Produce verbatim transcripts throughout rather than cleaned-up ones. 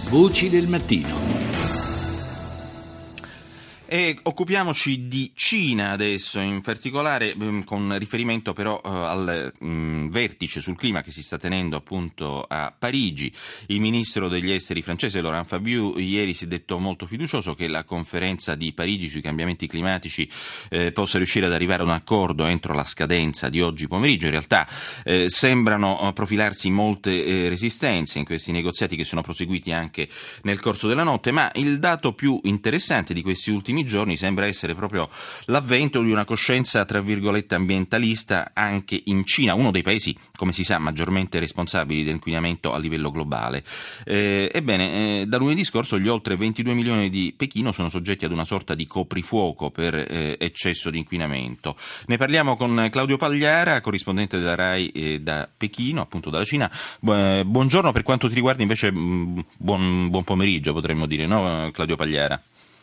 Voci del mattino. E occupiamoci di Cina adesso, in particolare ehm, con riferimento però eh, al mh, vertice sul clima che si sta tenendo appunto a Parigi. Il ministro degli esteri francese Laurent Fabius ieri si è detto molto fiducioso che la conferenza di Parigi sui cambiamenti climatici eh, possa riuscire ad arrivare a un accordo entro la scadenza di oggi pomeriggio. In realtà eh, sembrano profilarsi molte eh, resistenze in questi negoziati che sono proseguiti anche nel corso della notte, ma il dato più interessante di questi ultimi giorni sembra essere proprio l'avvento di una coscienza tra virgolette ambientalista anche in Cina, uno dei paesi, come si sa, maggiormente responsabili dell'inquinamento a livello globale. Eh, ebbene, eh, da lunedì scorso gli oltre ventidue milioni di Pechino sono soggetti ad una sorta di coprifuoco per eh, eccesso di inquinamento. Ne parliamo con Claudio Pagliara, corrispondente della RAI eh, da Pechino, appunto dalla Cina. Bu- buongiorno, per quanto ti riguarda invece mh, buon, buon pomeriggio potremmo dire, no Claudio Pagliara?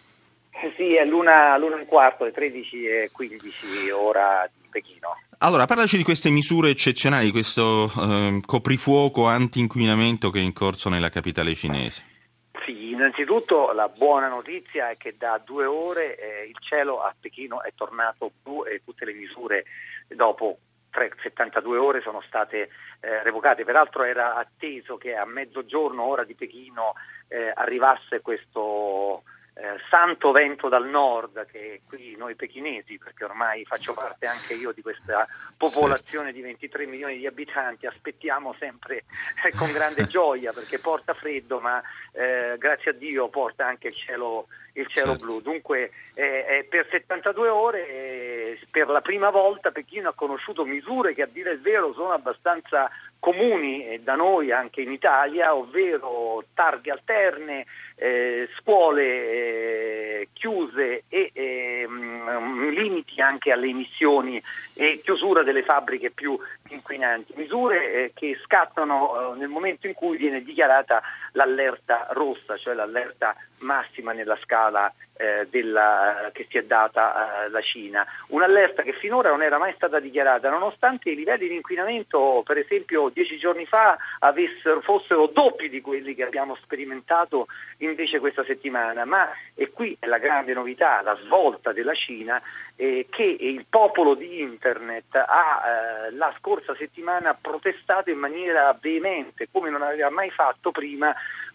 Sì, è l'una, l'una e un quarto, le tredici e quindici ora di Pechino. Allora, parlaci di queste misure eccezionali, di questo eh, coprifuoco anti-inquinamento che è in corso nella capitale cinese. Sì, innanzitutto la buona notizia è che da due ore eh, il cielo a Pechino è tornato blu e tutte le misure dopo settantadue ore sono state eh, revocate. Peraltro era atteso che a mezzogiorno ora di Pechino eh, arrivasse questo Eh, santo vento dal nord, che qui noi pechinesi, perché ormai faccio parte anche io di questa popolazione di ventitré milioni di abitanti, aspettiamo sempre eh, con grande gioia, perché porta freddo, ma eh, grazie a Dio porta anche il cielo, il cielo certo. blu. Dunque eh, eh, per settantadue ore eh, per la prima volta Pechino ha conosciuto misure che a dire il vero sono abbastanza comuni eh, da noi anche in Italia, ovvero targhe alterne, eh, scuole eh, chiuse e eh, mh, limiti anche alle emissioni e chiusura delle fabbriche più inquinanti, misure eh, che scattano eh, nel momento in cui viene dichiarata l'allerta rossa, cioè l'allerta massima nella scala eh, della, che si è data eh, la Cina, un'allerta che finora non era mai stata dichiarata, nonostante i livelli di inquinamento per esempio dieci giorni fa avessero, fossero doppi di quelli che abbiamo sperimentato invece questa settimana. Ma e qui è la grande novità, la svolta della Cina, eh, che il popolo di internet ha eh, la scorsa settimana protestato in maniera veemente, come non aveva mai fatto prima,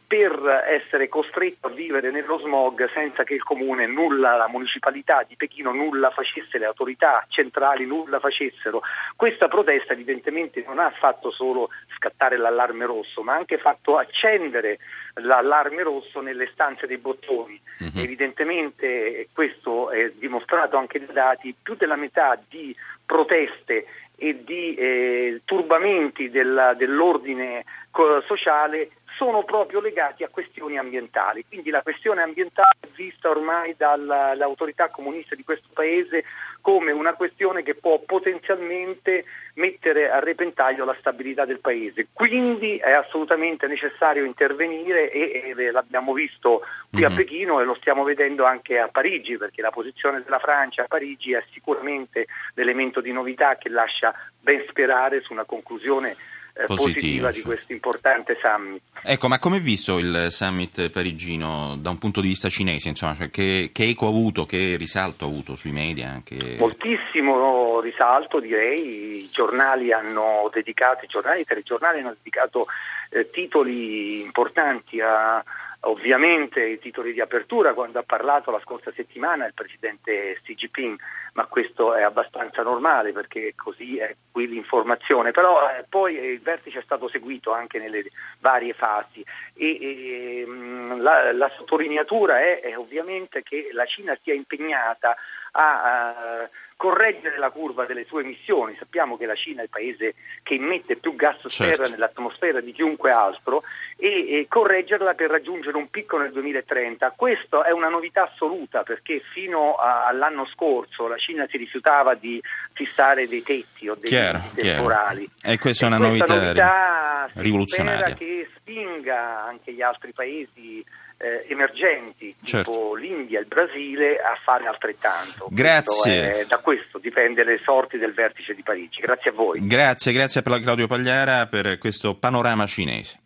per essere costretto a vivere nello smog senza che il comune nulla, la municipalità di Pechino nulla facesse, le autorità centrali nulla facessero. Questa protesta evidentemente non ha fatto solo scattare l'allarme rosso, ma ha anche fatto accendere l'allarme rosso nelle stanze dei bottoni. Mm-hmm. Evidentemente questo è dimostrato anche dai dati, più della metà di proteste e di eh, turbamenti della, dell'ordine sociale sono proprio legati a questioni ambientali. Quindi la questione ambientale è vista ormai dall'autorità comunista di questo paese come una questione che può potenzialmente mettere a repentaglio la stabilità del paese. Quindi è assolutamente necessario intervenire e, e l'abbiamo visto qui mm-hmm. a Pechino e lo stiamo vedendo anche a Parigi, perché la posizione della Francia a Parigi è sicuramente l'elemento di novità che lascia ben sperare su una conclusione Eh, positiva di cioè. questo importante summit. Ecco, ma come è visto il summit parigino da un punto di vista cinese? Insomma, cioè, che, che eco ha avuto, che risalto ha avuto sui media? Anche... Moltissimo risalto, direi. I giornali hanno dedicato, i giornali, i telegiornali hanno dedicato eh, titoli importanti a ovviamente i titoli di apertura quando ha parlato la scorsa settimana il presidente Xi Jinping, ma questo è abbastanza normale perché così è qui l'informazione, però eh, poi il vertice è stato seguito anche nelle varie fasi e, e la, la sottolineatura è, è ovviamente che la Cina sia impegnata a, a correggere la curva delle sue emissioni. Sappiamo che la Cina è il paese che emette più gas serra certo. nell'atmosfera di chiunque altro e, e correggerla per raggiungere un picco nel duemilatrenta. Questo è una novità assoluta perché fino a, all'anno scorso la Cina si rifiutava di fissare dei tetti o dei chiaro, temporali. Chiaro. E questa è una e novità, novità rivoluzionaria. Si spera che spinga anche gli altri paesi Eh, emergenti certo. tipo l'India e il Brasile a fare altrettanto. Grazie. È, da questo dipende le sorti del vertice di Parigi. Grazie a voi. Grazie, grazie a Claudio Pagliara per questo panorama cinese.